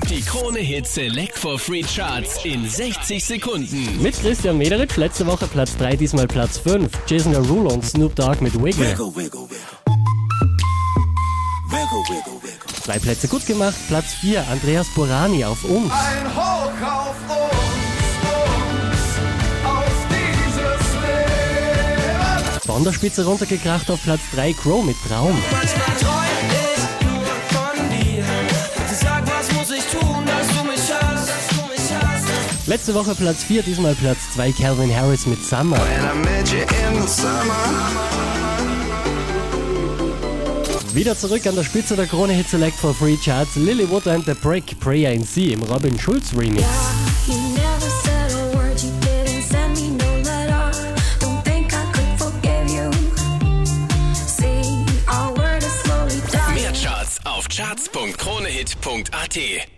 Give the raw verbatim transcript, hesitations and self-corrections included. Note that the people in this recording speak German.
Die Krone Hit Select for Free Charts in sechzig Sekunden. Mit Christian Mederitsch, letzte Woche Platz drei, diesmal Platz fünf. Jason Derulo und Snoop Dogg mit Wiggle. Wiggle, wiggle, wiggle. Wiggle, wiggle, wiggle. Drei Plätze gut gemacht, Platz vier, Andreas Burani auf Uns. Ein Hoch auf uns, uns, auf dieses Leben. Von der Spitze runtergekracht auf Platz drei, Crow mit Traum. Manchmal träum ich nur von dir. Sag, was muss ich tun, dass du mich hast, dass du mich hast. Letzte Woche Platz vier, diesmal Platz zwei, Calvin Harris mit Summer. And I met you in the summer. Wieder zurück an der Spitze der Krone Hit Select for Free Charts, Lilywood and The Brick, Prayer in C im Robin Schulz Remix. Mehr Charts auf charts punkt kronehit punkt at.